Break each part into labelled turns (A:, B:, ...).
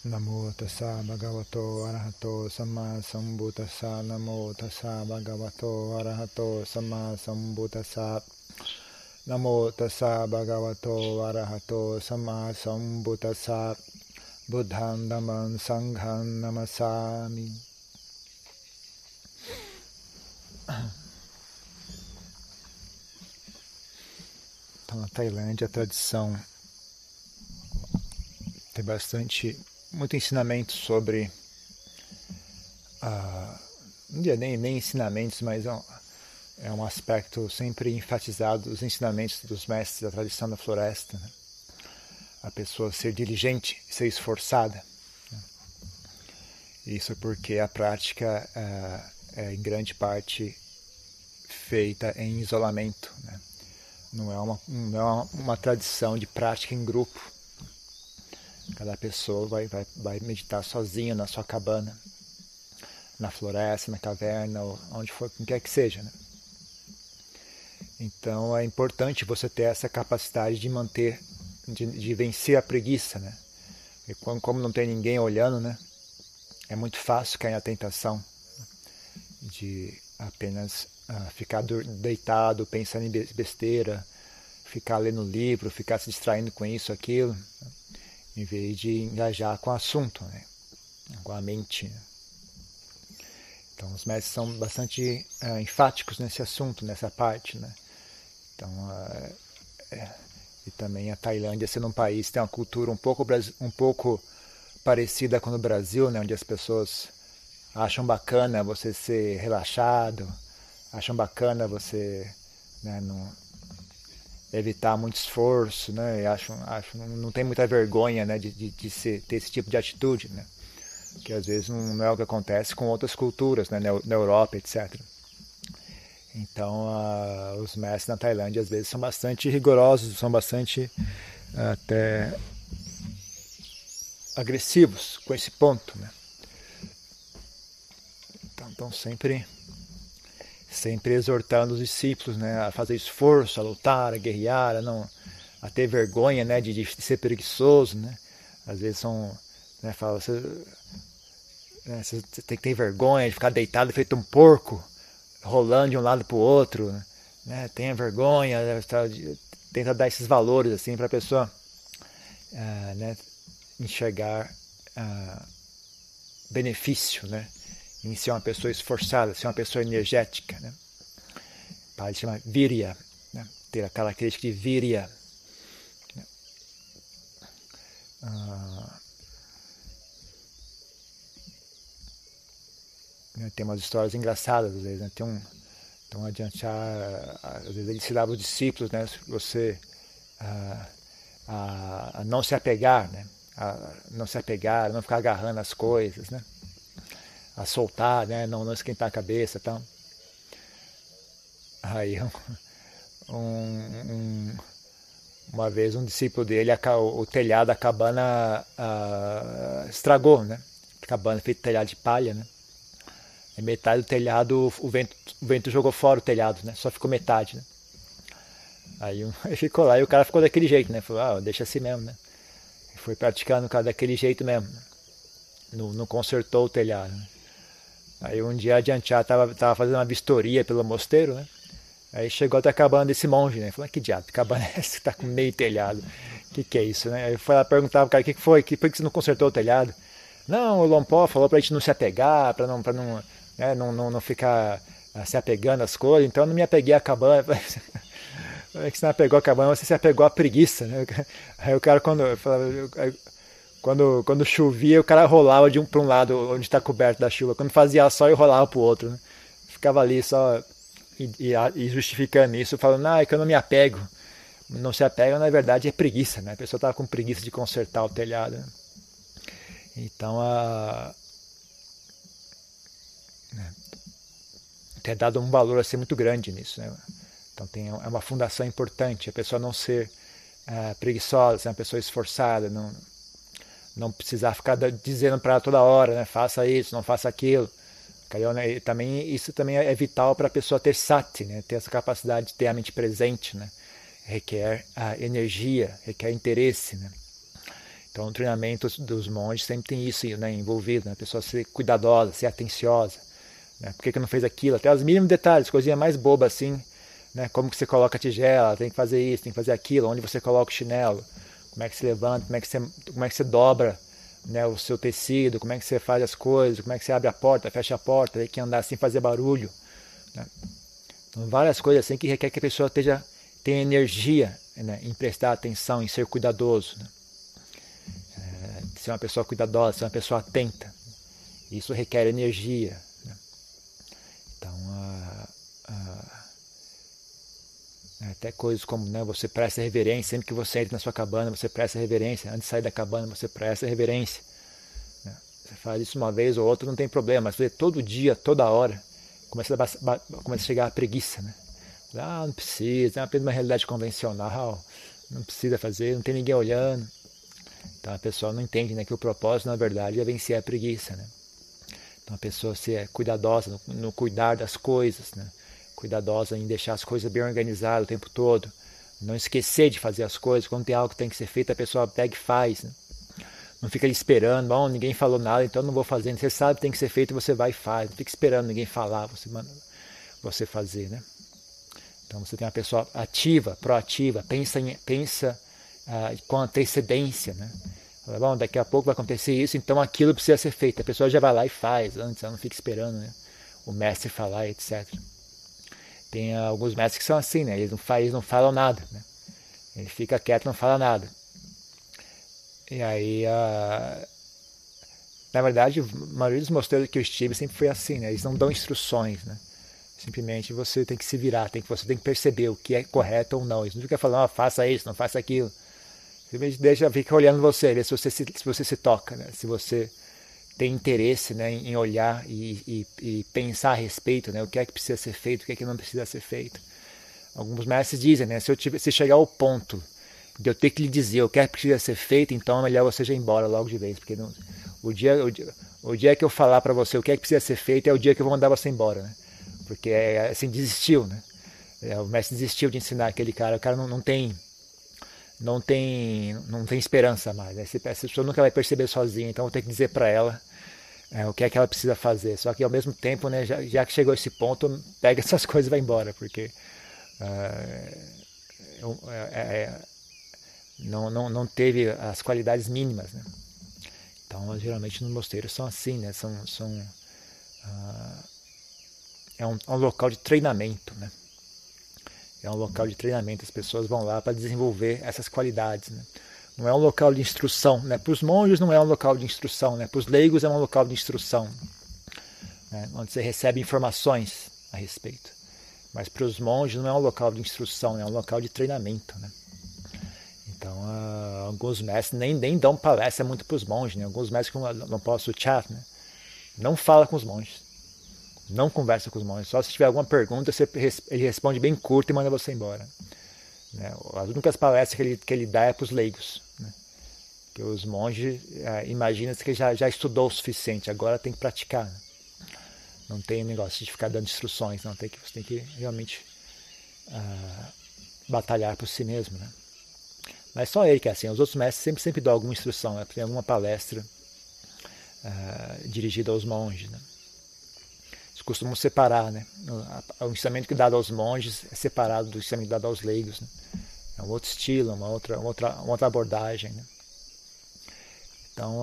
A: Namo tassa bhagavato arahato samma sambuddhassa. Namo tassa bhagavato arahato samma sambuddhassa. Namo tassa bhagavato arahato samma sambuddhassa. Buddham dhammam sangham namasami. Então, na Tailândia, a tradição tem muito ensinamento sobre, não diria nem ensinamentos, mas é um aspecto sempre enfatizado dos ensinamentos dos mestres da tradição da floresta, né? A pessoa ser diligente, ser esforçada, né? Isso porque a prática é em grande parte feita em isolamento, né? Não é uma tradição de prática em grupo. Cada pessoa vai meditar sozinho na sua cabana, na floresta, na caverna, ou onde for, quem quer que seja, né? Então é importante você ter essa capacidade de manter, de vencer a preguiça, né? E como não tem ninguém olhando, né? É muito fácil cair na tentação de apenas ficar deitado, pensando em besteira, ficar lendo livro, ficar se distraindo com isso, aquilo, né? Em vez de engajar com o assunto, né? Com a mente, né? Então os mestres são bastante enfáticos nesse assunto, nessa parte, né? Então, e também a Tailândia sendo um país que tem uma cultura um pouco parecida com o Brasil, né? Onde as pessoas acham bacana você ser relaxado, acham bacana você, né, evitar muito esforço, né? E não tem muita vergonha, né, de ter esse tipo de atitude, né? Que às vezes não é o que acontece com outras culturas, né, na Europa, etc. Então, os mestres na Tailândia às vezes são bastante rigorosos, são bastante até agressivos com esse ponto, né? Então, estão sempre exortando os discípulos, né, a fazer esforço, a lutar, a guerrear, a ter vergonha, né, de ser preguiçoso, né? Às vezes fala, você tem que ter vergonha de ficar deitado feito um porco, rolando de um lado para o outro, né? Tenha vergonha, tenta dar esses valores assim para a pessoa, né, enxergar benefício, né, em ser uma pessoa esforçada, ser uma pessoa energética, né? Pali chama virya, né? Ter a característica de virya, né? Tem umas histórias engraçadas às vezes, né? Então às vezes ele ensinava os discípulos, né? Você a não se apegar, né? A não se apegar, a não ficar agarrando as coisas, né? A soltar, né? Não esquentar a cabeça, e tal. Aí uma vez um discípulo dele, o telhado da cabana estragou, né? A cabana feita de telhado de palha, né? E metade do telhado, o vento jogou fora o telhado, né? Só ficou metade, né? Aí ele ficou lá e o cara ficou daquele jeito, né? Falou, deixa assim mesmo, né? E foi praticando o cara daquele jeito mesmo. Não consertou o telhado, né? Aí um dia adiantado tava fazendo uma vistoria pelo mosteiro, né? Aí chegou até a cabana desse monge, né? Falou, que diabo, que cabana é essa que tá com meio telhado? Que é isso, né? Aí foi lá perguntar pro cara, o que foi? Por que você não consertou o telhado? Não, o Lompó falou pra gente não se apegar, pra não ficar se apegando às coisas, então eu não me apeguei à cabana. É que você não apegou à cabana, você se apegou à preguiça, né? Aí o cara, quando chovia, o cara rolava para um lado, onde está coberto da chuva. Quando fazia sol, ele rolava para o outro, né? Ficava ali só e justificando isso, falando, é que eu não me apego. Não se apega, na verdade, é preguiça, né? A pessoa estava com preguiça de consertar o telhado, né? Então, tem dado um valor assim muito grande nisso, né? Então é uma fundação importante, a pessoa não ser preguiçosa, ser uma pessoa esforçada, não precisar ficar dizendo para ela toda hora, né? Faça isso, não faça aquilo. Isso também é vital para a pessoa ter sati, né? Ter essa capacidade de ter a mente presente, né? Requer energia, requer interesse, né? Então, no treinamento dos monges sempre tem isso, né, envolvido, né? A pessoa ser cuidadosa, ser atenciosa, né? Por que não fez aquilo? Até os mínimos detalhes, coisinha mais boba assim, né? Como que você coloca a tigela, tem que fazer isso, tem que fazer aquilo, onde você coloca o chinelo, como é que se levanta, como é que você dobra, né, o seu tecido, como é que você faz as coisas, como é que você abre a porta, fecha a porta, tem que andar sem fazer barulho, né? Então, várias coisas assim que requer que a pessoa tenha energia, né, em prestar atenção, em ser cuidadoso, né? Ser uma pessoa cuidadosa, ser uma pessoa atenta. Isso requer energia, né? Então, até coisas como, né, você presta reverência, sempre que você entra na sua cabana, você presta reverência, antes de sair da cabana, você presta reverência, né? Você faz isso uma vez ou outra, não tem problema, mas fazer todo dia, toda hora, começa a chegar a preguiça, né? Não precisa, é apenas uma realidade convencional, não precisa fazer, não tem ninguém olhando. Então a pessoa não entende, né, que o propósito, na verdade, é vencer a preguiça, né? Então a pessoa ser cuidadosa no cuidar das coisas, né? Cuidadosa em deixar as coisas bem organizadas o tempo todo, não esquecer de fazer as coisas, quando tem algo que tem que ser feito, a pessoa pega e faz, né? Não fica ali esperando, bom, ninguém falou nada, então não vou fazer. Você sabe que tem que ser feito, você vai e faz, não fica esperando ninguém falar, você fazer, né? Então você tem uma pessoa ativa, proativa, pensa com antecedência, né? Bom, daqui a pouco vai acontecer isso, então aquilo precisa ser feito. A pessoa já vai lá e faz antes, ela não fica esperando, né, o mestre falar, etc. Tem alguns mestres que são assim, né? Eles não falam nada, né? Ele fica quieto, não fala nada. E aí, na verdade, a maioria dos mosteiros que eu estive sempre foi assim, né? Eles não dão instruções, né? Simplesmente você tem que se virar, você tem que perceber o que é correto ou não. Eles não ficam falando, faça isso, não faça aquilo. Simplesmente fica olhando você, ver se você se toca, né? Se você tem interesse, né, em olhar e pensar a respeito, né? O que é que precisa ser feito, o que é que não precisa ser feito. Alguns mestres dizem, né? Se chegar ao ponto de eu ter que lhe dizer o que é que precisa ser feito, então é melhor você já ir embora logo de vez, porque o dia que eu falar para você o que é que precisa ser feito é o dia que eu vou mandar você embora, né? Porque assim, desistiu, né? O mestre desistiu de ensinar aquele cara, o cara não tem esperança mais, né? Essa pessoa nunca vai perceber sozinha, então eu vou ter que dizer para ela o que é que ela precisa fazer. Só que ao mesmo tempo, né, já que chegou a esse ponto, pega essas coisas e vai embora, porque não teve as qualidades mínimas, né? Então, geralmente nos mosteiros são assim, né? É um local de treinamento, né? É um local de treinamento, as pessoas vão lá para desenvolver essas qualidades, né? Não é um local de instrução, né? Para os monges não é um local de instrução, né? Para os leigos é um local de instrução, né? Onde você recebe informações a respeito. Mas para os monges não é um local de instrução, é um local de treinamento, né? Então, alguns mestres nem dão palestra muito para os monges, né? Alguns mestres, como não posso chat, né? Não fala com os monges. Não conversa com os monges. Só se tiver alguma pergunta, ele responde bem curto e manda você embora, né? As únicas palestras que ele dá é para os leigos, né? Porque os monges imaginam-se que já estudou o suficiente, agora tem que praticar, né? Não tem negócio de ficar dando instruções, não. Você tem que realmente batalhar por si mesmo, né? Mas só ele que é assim. Os outros mestres sempre dão alguma instrução, né? Tem alguma palestra dirigida aos monges, né? Costumam separar, né? O ensinamento que é dado aos monges é separado do ensinamento dado aos leigos, né? É um outro estilo, uma outra abordagem, né? Então,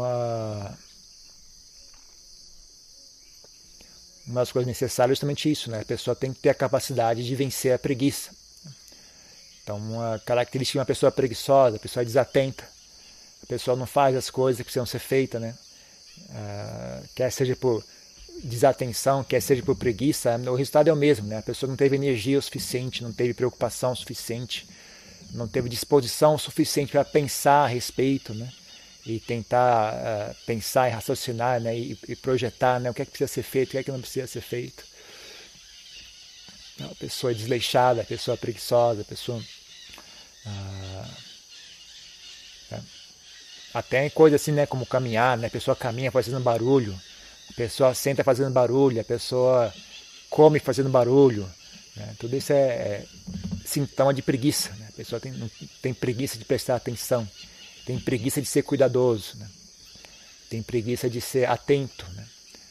A: uma das coisas necessárias é justamente isso, né? A pessoa tem que ter a capacidade de vencer a preguiça. Então, uma característica de uma pessoa preguiçosa, a pessoa é desatenta, a pessoa não faz as coisas que precisam ser feitas, né? Quer seja por desatenção, quer seja por preguiça, o resultado é o mesmo, né? A pessoa não teve energia o suficiente, não teve preocupação o suficiente, não teve disposição suficiente para pensar a respeito, né? E tentar pensar e raciocinar, né? E projetar, né? O que é que precisa ser feito, o que é que não precisa ser feito. A pessoa é desleixada, a pessoa é preguiçosa, a pessoa até coisa assim, né? Como caminhar, né? A pessoa caminha fazendo barulho, a pessoa senta fazendo barulho, a pessoa come fazendo barulho, né? Tudo isso é sintoma de preguiça, né? A pessoa tem preguiça de prestar atenção, tem preguiça de ser cuidadoso, né? Tem preguiça de ser atento, né?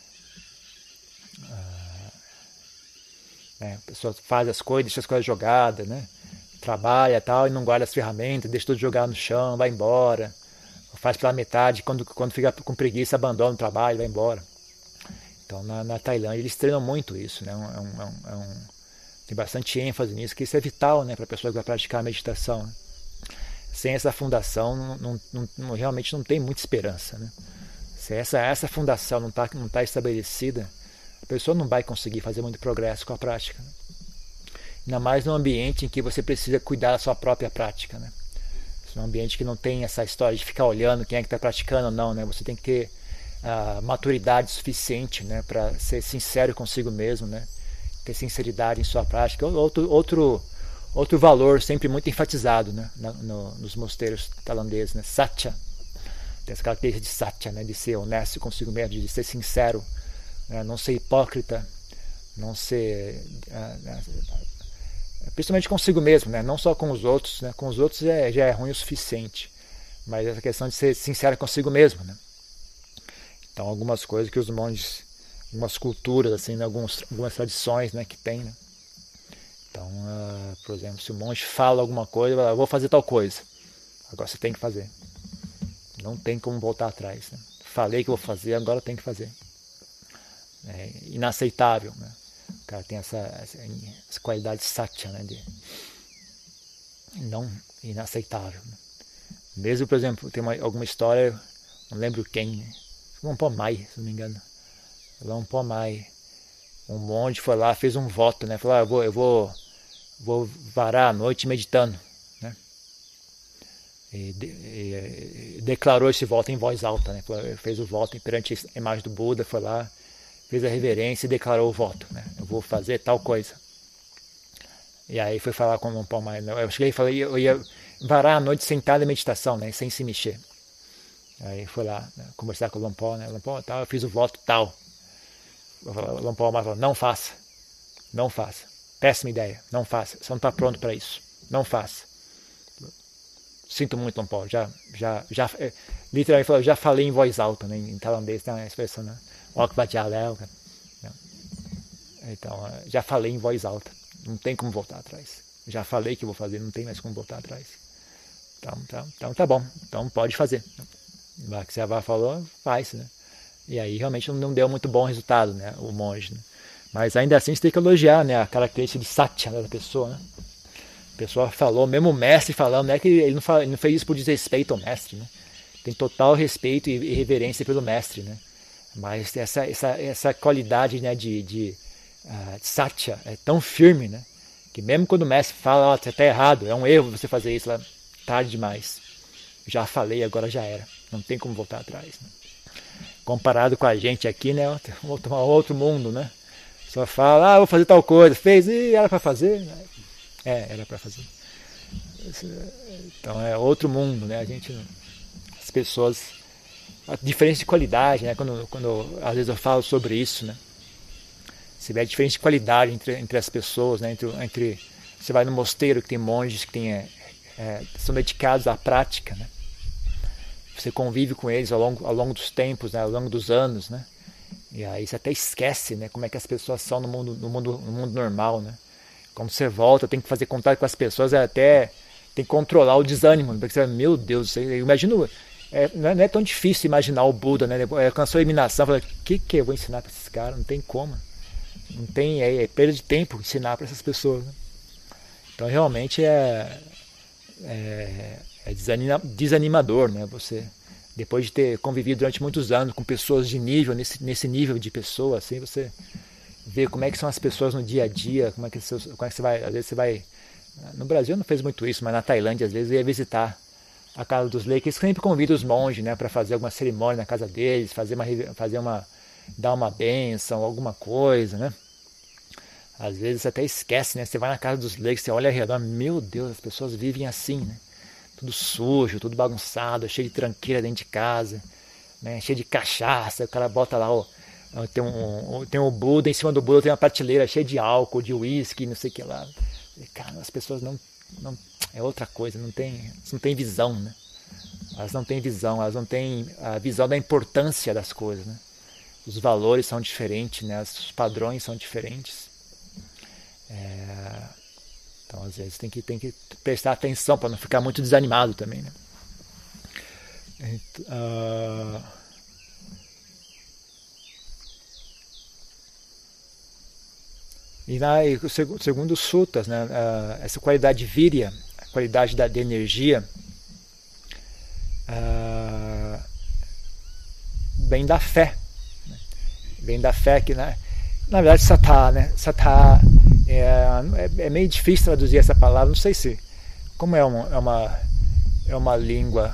A: A pessoa faz as coisas, deixa as coisas jogadas, né? Trabalha tal, e não guarda as ferramentas, deixa tudo jogado no chão, vai embora. Faz pela metade, quando fica com preguiça, abandona o trabalho, vai embora. Então, na Tailândia, eles treinam muito isso, né? Tem bastante ênfase nisso, que isso é vital, né, para a pessoa que vai praticar a meditação, né? Sem essa fundação, realmente não tem muita esperança, né? Se essa fundação não tá estabelecida, a pessoa não vai conseguir fazer muito progresso com a prática, né? Ainda mais num ambiente em que você precisa cuidar da sua própria prática, né? Num ambiente que não tem essa história de ficar olhando quem é que está praticando ou não, né? Você tem que ter maturidade suficiente, né, para ser sincero consigo mesmo, né? Ter sinceridade em sua prática. Outro valor sempre muito enfatizado, né, nos mosteiros tailandeses, né? Satya. Tem essa característica de satya, né, de ser honesto consigo mesmo, de ser sincero, né, não ser hipócrita, não ser principalmente consigo mesmo, né, não só com os outros, né? Com os outros já é ruim o suficiente, mas essa questão de ser sincero consigo mesmo, né? Então, algumas coisas que os monges, algumas culturas, assim, né, algumas tradições, né, que tem, né? Então, por exemplo, se o monge fala alguma coisa, ele fala, eu vou fazer tal coisa, agora você tem que fazer. Não tem como voltar atrás, né? Falei que vou fazer, agora tem que fazer. É inaceitável, né? O cara tem essa qualidade satya, né? Não inaceitável, né? Mesmo, por exemplo, tem alguma história, não lembro quem, né? Lompomai, se não me engano. Lompomai. Um monge foi lá, fez um voto, né? Falou, eu vou varar a noite meditando, né? E declarou esse voto em voz alta, né? Fez o voto perante a imagem do Buda, foi lá, fez a reverência e declarou o voto, né? Eu vou fazer tal coisa. E aí foi falar com o Lompomai. Eu cheguei e falei, eu ia varar a noite sentado em meditação, né? Sem se mexer. Aí foi lá, né, conversar com o Lompó, né? Lompó, tal, eu fiz o voto tal. O Lompó falou, não faça. Péssima ideia, não faça. Você não está pronto para isso. Não faça. Sinto muito, Lompó. Literalmente falou, já falei em voz alta, né? Em tailandês tem uma expressão, né? Então, já falei em voz alta. Não tem como voltar atrás. Já falei que vou fazer, não tem mais como voltar atrás. Então tá bom. Então pode fazer. O que Seva falou, faz, né? E aí realmente não deu muito bom resultado, né? O monge, né? Mas ainda assim você tem que elogiar, né? A característica de satya, né, da pessoa, né? A pessoa falou, mesmo o mestre falando, não é que ele não fez isso por desrespeito ao mestre, né? Tem total respeito e reverência pelo mestre, né? Mas essa qualidade, né, de satya é tão firme, né? Que mesmo quando o mestre fala, você está errado, é um erro você fazer isso, lá, tarde demais. Já falei, agora já era. Não tem como voltar atrás, né? Comparado com a gente aqui, né? Outro mundo, né? Só fala, vou fazer tal coisa. Fez, e era para fazer? Era para fazer. Então é outro mundo, né? As pessoas, a diferença de qualidade, né? Quando às vezes eu falo sobre isso, né? Você vê a diferença de qualidade entre as pessoas, né? Entre você vai no mosteiro que tem monges que são dedicados à prática, né? Você convive com eles ao longo dos tempos, né? Ao longo dos anos, né? E aí você até esquece, né? Como é que as pessoas são no mundo normal, né? Quando você volta, tem que fazer contato com as pessoas, até tem que controlar o desânimo, porque você, meu Deus, eu imagino, não é tão difícil imaginar o Buda, né? Alcançou a iluminação, falou, o que eu vou ensinar para esses caras? Não tem como. Não tem, perda de tempo ensinar para essas pessoas, né? Então realmente é desanimador, né? Você, depois de ter convivido durante muitos anos com pessoas de nível, nesse nível de pessoa, assim, você vê como é que são as pessoas no dia a dia, como é que você vai, às vezes você vai, no Brasil não fez muito isso, mas na Tailândia às vezes eu ia visitar a casa dos leis, que eles sempre convidam os monges, né, para fazer alguma cerimônia na casa deles, dar uma bênção, alguma coisa, né? Às vezes você até esquece, né? Você vai na casa dos leigos, você olha ao redor, meu Deus, as pessoas vivem assim, né? Tudo sujo, tudo bagunçado, cheio de tranqueira dentro de casa, né? Cheio de cachaça, o cara bota lá, tem um Buda, em cima do Buda tem uma prateleira cheia de álcool, de uísque, não sei o que lá. Cara, as pessoas não é outra coisa, não tem visão, né? Elas não têm visão, elas não têm a visão da importância das coisas, né? Os valores são diferentes, né? Os padrões são diferentes. Então, às vezes, tem que prestar atenção para não ficar muito desanimado também, né? E segundo os suttas, né, essa qualidade virya, a qualidade da energia, vem da fé. Né? Vem da fé que, na verdade, sattva, né? Sattva é meio difícil traduzir essa palavra, não sei se... Como é uma língua...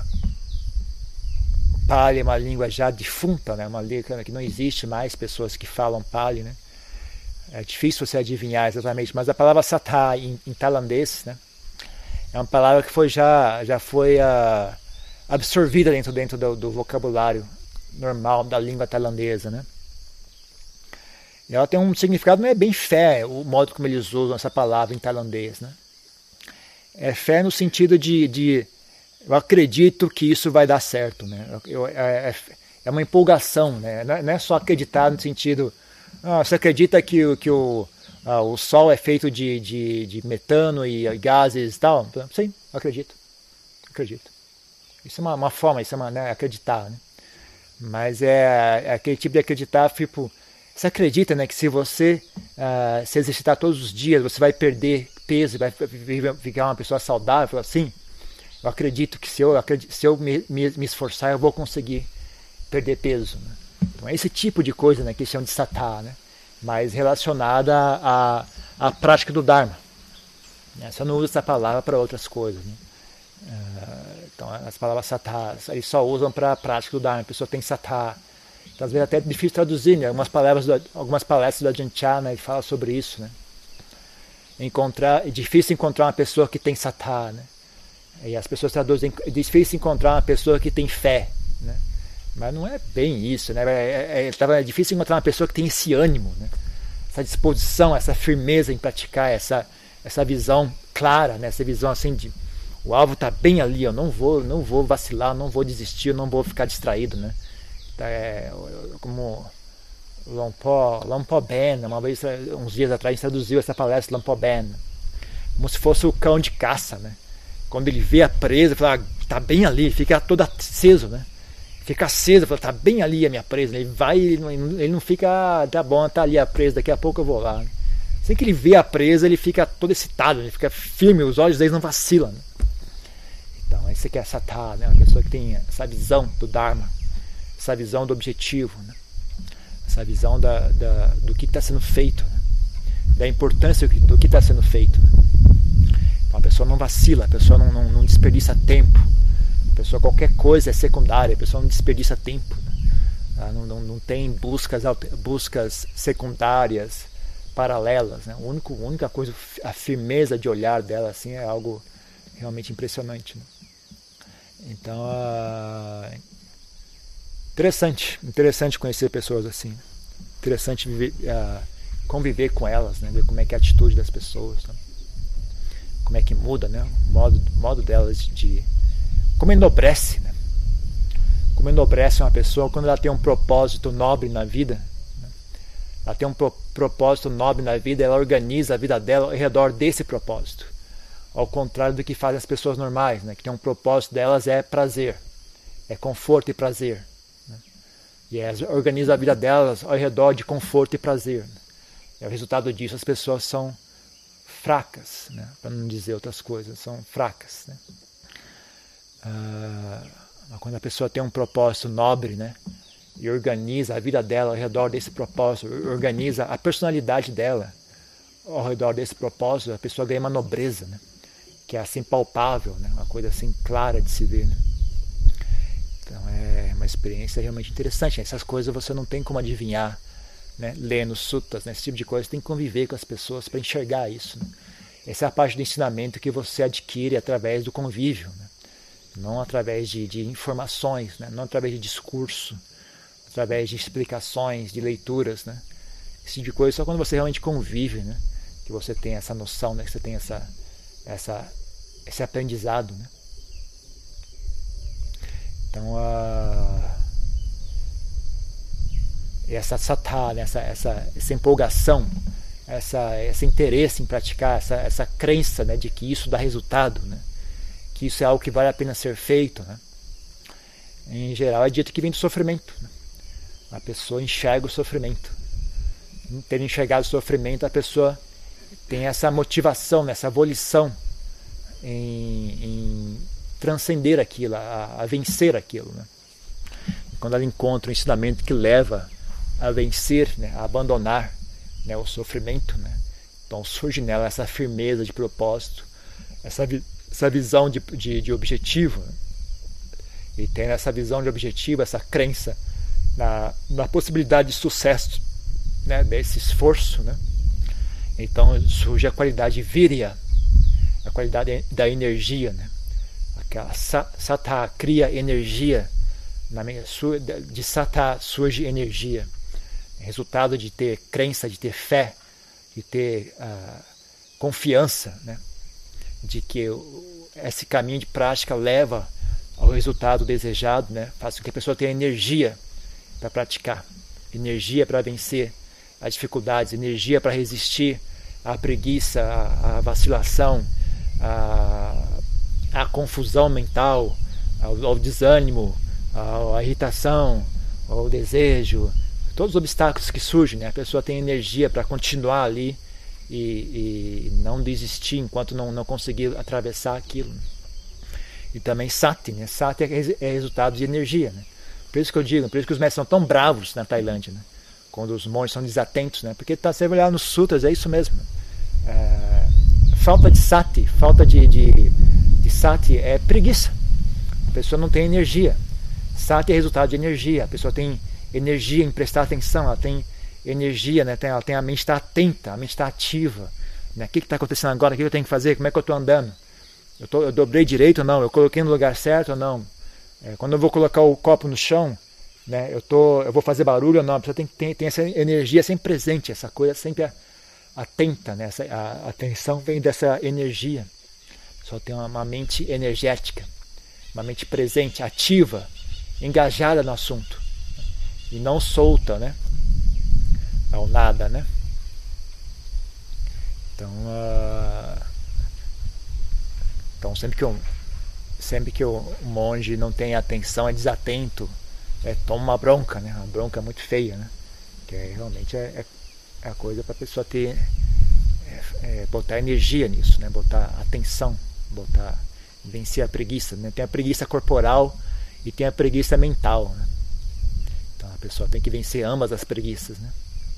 A: Pali é uma língua já defunta, né? Uma língua que não existe mais pessoas que falam Pali, né? É difícil você adivinhar exatamente, mas a palavra sattva em tailandês, né? É uma palavra que já foi absorvida dentro do vocabulário normal da língua tailandesa, né? E ela tem um significado, não é bem fé, o modo como eles usam essa palavra em tailandês, né? É fé no sentido de eu acredito que isso vai dar certo, né? É uma empolgação, né? Não é só acreditar no sentido, você acredita que o Sol é feito de metano e gases e tal? Sim, acredito. Isso é uma forma, isso é né, acreditar, né? Mas é aquele tipo de acreditar, tipo, você acredita, né, que se você se exercitar todos os dias, você vai perder peso, vai ficar uma pessoa saudável, assim? Eu acredito que se eu me esforçar, eu vou conseguir perder peso. Né? Então é esse tipo de coisa, né, que chamam de sattva, né? Mas relacionada à prática do Dharma. Você não usa essa palavra para outras coisas. Né? Então as palavras sattva, eles só usam para a prática do Dharma. A pessoa tem sattva. Então, às vezes até é difícil traduzir, né? Algumas palestras do Ajahn Chah, né, ele fala sobre isso. Né? É difícil encontrar uma pessoa que tem sattva, né? E as pessoas traduzem, é difícil encontrar uma pessoa que tem fé, né? Mas não é bem isso, né? É difícil encontrar uma pessoa que tem esse ânimo, né? Essa disposição, essa firmeza em praticar, essa visão clara, né? Essa visão assim de o alvo está bem ali, eu não vou vacilar, não vou desistir, eu não vou ficar distraído, né? Então, como Lompo Ben, uma vez, uns dias atrás, traduziu essa palestra Lompo Ben, como se fosse o cão de caça, né? Quando ele vê a presa, fala, tá bem ali, fica todo aceso, né? Fica aceso, fala, tá bem ali a minha presa. Ele vai, ele não fica, tá bom, tá ali a presa, daqui a pouco eu vou lá. Né? Assim que ele vê a presa, ele fica todo excitado, ele fica firme, os olhos deles não vacilam. Né? Então, esse aqui é sattva, né? Uma pessoa que tem essa visão do Dharma, essa visão do objetivo, né? Essa visão do que está sendo feito, né? Da importância do que está sendo feito. Né? A pessoa não vacila, a pessoa não desperdiça tempo, a pessoa qualquer coisa é secundária, a pessoa não desperdiça tempo, né? não tem buscas secundárias, paralelas, né? A única coisa, a firmeza de olhar dela assim, é algo realmente impressionante. Né? Então, interessante conhecer pessoas assim, interessante conviver com elas, né? Ver como é que é a atitude das pessoas, né? Como é que muda, né? O modo delas de... Como enobrece, né? Como enobrece uma pessoa quando ela tem um propósito nobre na vida. Né? Ela tem um propósito nobre na vida, ela organiza a vida dela ao redor desse propósito. Ao contrário do que fazem as pessoas normais, né? Que tem um propósito delas é prazer, é conforto e prazer. Né? E elas organizam a vida delas ao redor de conforto e prazer. Né? E o resultado disso, as pessoas são fracas, né? Para não dizer outras coisas, são fracas. Né? Quando a pessoa tem um propósito nobre, né? E organiza a vida dela ao redor desse propósito, organiza a personalidade dela ao redor desse propósito, a pessoa ganha uma nobreza, né? Que é assim palpável, né? Uma coisa assim clara de se ver. Né? Então é uma experiência realmente interessante. Essas coisas você não tem como adivinhar, né? Lendo suttas, né? Esse tipo de coisa, você tem que conviver com as pessoas para enxergar isso. Né? Essa é a parte do ensinamento que você adquire através do convívio, né? Não através de informações, né? Não através de discurso, através de explicações, de leituras. Né? Esse tipo de coisa só quando você realmente convive, né? Que você tem essa noção, né? Que você tem esse aprendizado. Né? essa sattha, né? essa empolgação, esse interesse em praticar, essa crença, né, de que isso dá resultado, né, que isso é algo que vale a pena ser feito, né. Em geral é dito que vem do sofrimento, né. A pessoa enxerga o sofrimento. Tendo enxergado o sofrimento, a pessoa tem essa motivação, essa volição em transcender aquilo, a vencer aquilo, né. E quando ela encontra um ensinamento que leva a vencer, né, a abandonar, né, o sofrimento, né, então surge nela essa firmeza de propósito, essa visão de objetivo, né, e tem essa visão de objetivo, essa crença na possibilidade de sucesso, né, desse esforço, né. Então surge a qualidade virya, a qualidade da energia, né. Aquela sattha cria energia, de sattha surge energia, resultado de ter crença, de ter fé, de ter confiança, né, de que esse caminho de prática leva ao resultado desejado, né, faz com que a pessoa tenha energia para praticar, energia para vencer as dificuldades, energia para resistir à preguiça, à vacilação, à confusão mental, ao desânimo, à irritação, ao desejo, todos os obstáculos que surgem, né? A pessoa tem energia para continuar ali e não desistir enquanto não conseguir atravessar aquilo. E também sati, né? Sati é resultado de energia, né? Por isso que eu digo, por isso que os mestres são tão bravos na Tailândia, né? Quando os monges são desatentos, né? Porque você vai olhar nos sutras, é isso mesmo. Falta de sati, falta de sati é preguiça. A pessoa não tem energia. Sati é resultado de energia. A pessoa tem energia em prestar atenção, ela tem energia, né? Ela tem a mente está atenta, a mente está ativa, né? O que está acontecendo agora? O que eu tenho que fazer? Como é que eu estou andando? Eu dobrei direito ou não? Eu coloquei no lugar certo ou não? Quando eu vou colocar o copo no chão, né? Eu vou fazer barulho ou não? A pessoa tem essa energia sempre presente, essa coisa sempre atenta, né? A atenção vem dessa energia. Só tem uma mente energética, uma mente presente, ativa, engajada no assunto. E não solta, né? Ao nada, né? Então sempre que o monge não tem atenção, é desatento, toma uma bronca, né? Uma bronca muito feia, né? Que realmente é a coisa para a pessoa ter, botar energia nisso, né? Botar atenção, vencer a preguiça, né? Tem a preguiça corporal e tem a preguiça mental, né? Então a pessoa tem que vencer ambas as preguiças, né?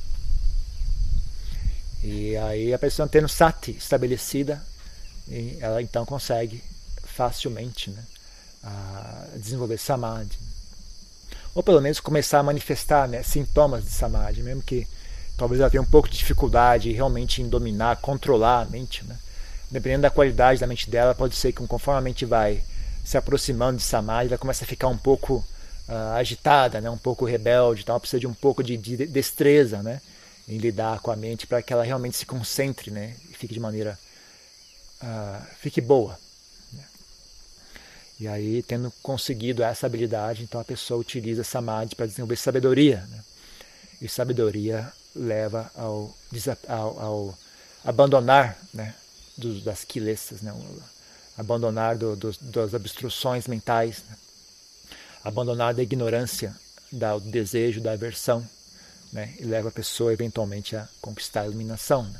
A: E aí a pessoa tendo sati estabelecida, ela então consegue facilmente, né, desenvolver samadhi. Ou pelo menos começar a manifestar, né, sintomas de samadhi, mesmo que talvez ela tenha um pouco de dificuldade realmente em dominar, controlar a mente, né? Dependendo da qualidade da mente dela, pode ser que conforme a mente vai se aproximando de samadhi, ela começa a ficar um pouco agitada, né, um pouco rebelde, então ela precisa de um pouco de destreza, né, em lidar com a mente para que ela realmente se concentre, né, e fique de maneira fique boa, né? E aí, tendo conseguido essa habilidade, então a pessoa utiliza samadhi para desenvolver sabedoria, né? E sabedoria leva ao abandonar, né, das kilesas, né? Abandonar das obstruções mentais, né? Abandonar da ignorância, do desejo, da aversão, né? E leva a pessoa eventualmente a conquistar a iluminação, né?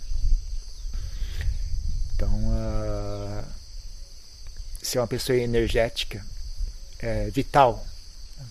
A: Então, se é uma pessoa energética, vital, né?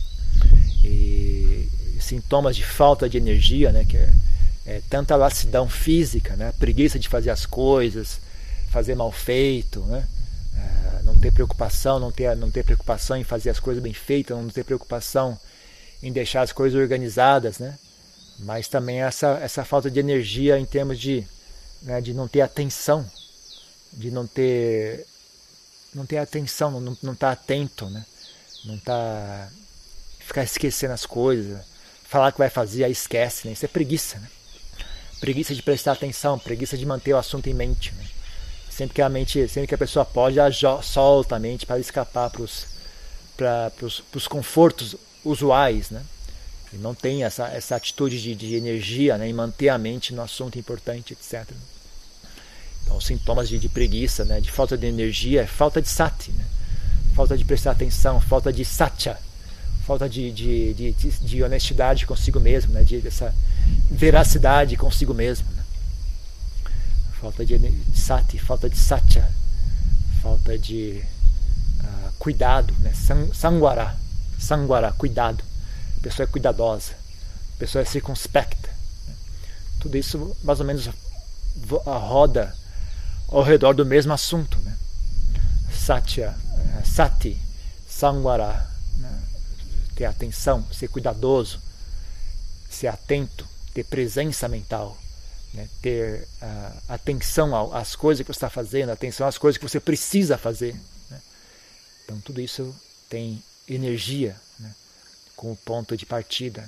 A: E sintomas de falta de energia, né? Que é tanta lassidão física, né? Preguiça de fazer as coisas, fazer mal feito, né? Não ter preocupação, não ter preocupação em fazer as coisas bem feitas, não ter preocupação em deixar as coisas organizadas, né? Mas também essa falta de energia em termos de não ter atenção, de não ter atenção, não estar atento, né? Não ficar esquecendo as coisas, falar que vai fazer, aí esquece, né? Isso é preguiça, né? Preguiça de prestar atenção, preguiça de manter o assunto em mente, né? Sempre que a pessoa pode, ela solta a mente para escapar para os confortos usuais, né? e não tem essa atitude de energia, né, em manter a mente no assunto importante, etc. Então, os sintomas de preguiça, né, de falta de energia, é falta de sati, né, falta de prestar atenção, falta de satya, falta de honestidade consigo mesmo, né, dessa veracidade consigo mesmo, né. Falta de sati, falta de satya, falta de cuidado, né, sangwara, cuidado. A pessoa é cuidadosa, a pessoa é circunspecta, né. Tudo isso mais ou menos roda ao redor do mesmo assunto, né. Satya, sati, sangwara, né, ter atenção, ser cuidadoso, ser atento, ter presença mental, né, ter atenção às coisas que você está fazendo, atenção às coisas que você precisa fazer, né. Então tudo isso tem energia, né, como ponto de partida.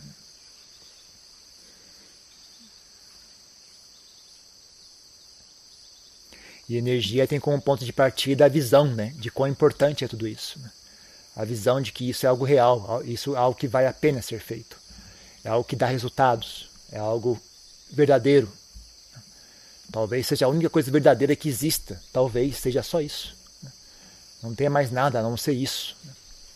A: E energia tem como ponto de partida a visão, né, de quão importante é tudo isso, né. A visão de que isso é algo real, isso é algo que vale a pena ser feito, é algo que dá resultados, é algo verdadeiro. Talvez seja a única coisa verdadeira que exista, talvez seja só isso, né. Não tenha mais nada a não ser isso, né.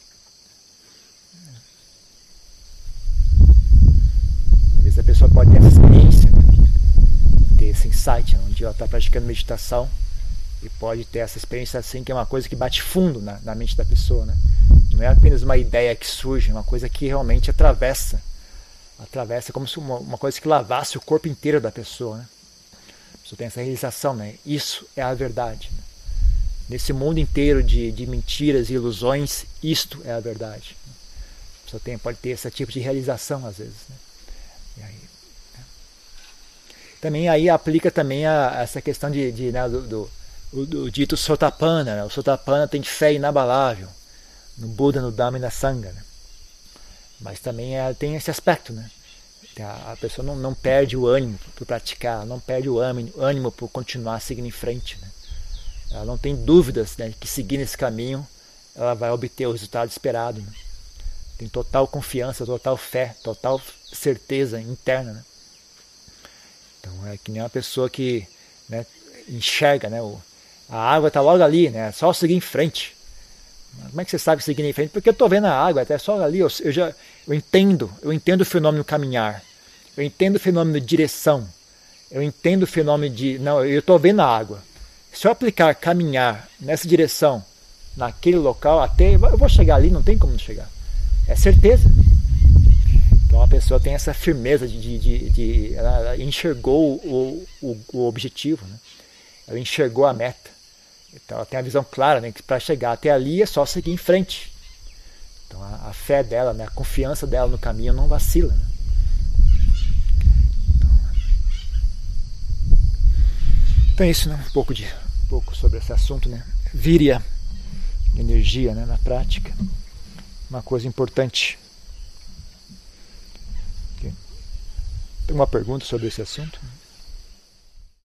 A: Às vezes a pessoa pode ter essa experiência, né, ter esse insight, onde ela está praticando meditação e pode ter essa experiência assim, que é uma coisa que bate fundo na mente da pessoa, né? Não é apenas uma ideia que surge, é uma coisa que realmente atravessa como se uma coisa que lavasse o corpo inteiro da pessoa, né? A pessoa tem essa realização, né? Isso é a verdade, né? Nesse mundo inteiro de mentiras e ilusões, isto é a verdade. A pessoa pode ter esse tipo de realização às vezes, né? E aí, né? Também aí aplica também essa questão né, do dito Sotapanna, né? O Sotapanna tem fé inabalável no Buda, no Dhamma e na Sangha, né? Mas também tem esse aspecto, né? A pessoa não perde o ânimo por praticar, não perde o ânimo por continuar seguindo em frente, né? Ela não tem dúvidas, né, que seguindo esse caminho ela vai obter o resultado esperado, né? Tem total confiança, total fé, total certeza interna, né? Então é que nem uma pessoa que, né, enxerga, né, a água está logo ali, né, é só seguir em frente. Como é que você sabe seguir em frente? Porque eu estou vendo a água, até só ali, eu entendo o fenômeno caminhar, eu entendo o fenômeno de direção, eu entendo o fenômeno não, eu estou vendo a água. Se eu aplicar caminhar nessa direção, naquele local, até eu vou chegar ali, não tem como não chegar. É certeza. Então a pessoa tem essa firmeza ela enxergou o objetivo, né? Ela enxergou a meta. Então ela tem a visão clara, né, que para chegar até ali é só seguir em frente. Então a fé dela, né, a confiança dela no caminho não vacila, né? Então é isso, né? Um pouco sobre esse assunto, né? Virya, energia, né, na prática. Uma coisa importante. Tem uma pergunta sobre esse assunto?